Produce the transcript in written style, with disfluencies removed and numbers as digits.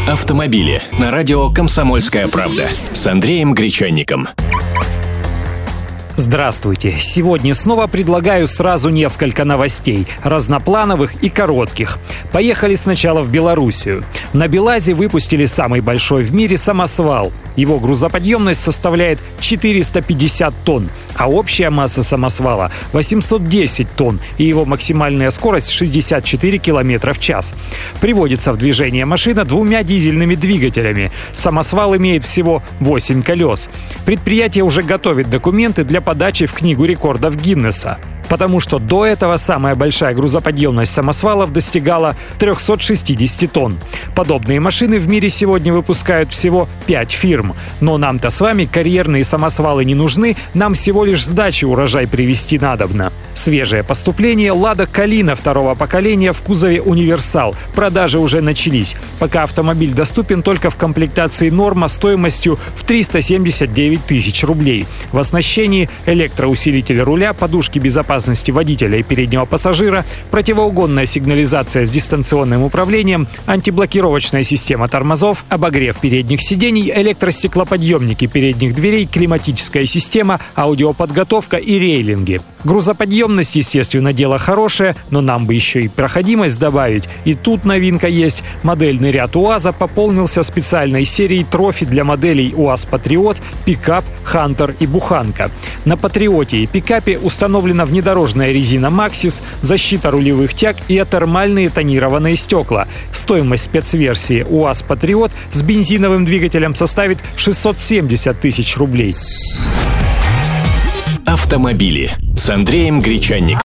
Автомобили на радио «Комсомольская правда» с Андреем Гречанником. Здравствуйте! Сегодня снова предлагаю сразу несколько новостей, разноплановых и коротких. Поехали сначала в Белоруссию. На БелАЗе выпустили самый большой в мире самосвал. Его грузоподъемность составляет 450 тонн, а общая масса самосвала 810 тонн, и его максимальная скорость 64 км в час. Приводится в движение машина двумя дизельными двигателями. Самосвал имеет всего 8 колес. Предприятие уже готовит документы для подачи в Книгу рекордов Гиннесса. Потому что до этого самая большая грузоподъемность самосвалов достигала 360 тонн. Подобные машины в мире сегодня выпускают всего 5 фирм. Но нам-то с вами карьерные самосвалы не нужны, нам всего лишь с дачи урожай привезти надобно. Свежее поступление «Лада Калина» второго поколения в кузове «Универсал». Продажи уже начались. Пока автомобиль доступен только в комплектации «Норма» стоимостью в 379 тысяч рублей. В оснащении электроусилитель руля, подушки безопасности водителя и переднего пассажира, противоугонная сигнализация с дистанционным управлением, антиблокировочная система тормозов, обогрев передних сидений, электростеклоподъемники передних дверей, климатическая система, аудиоподготовка и рейлинги. Грузоподъемность, естественно, дело хорошее, но нам бы еще и проходимость добавить. И тут новинка есть. Модельный ряд УАЗа пополнился специальной серией трофи для моделей УАЗ Патриот, Пикап, Хантер и Буханка. На Патриоте и Пикапе установлена внедорожная резина Максис, защита рулевых тяг и атермальные тонированные стекла. Стоимость спецверсии УАЗ Патриот с бензиновым двигателем составит 670 тысяч рублей. Автомобили с Андреем Гречанником.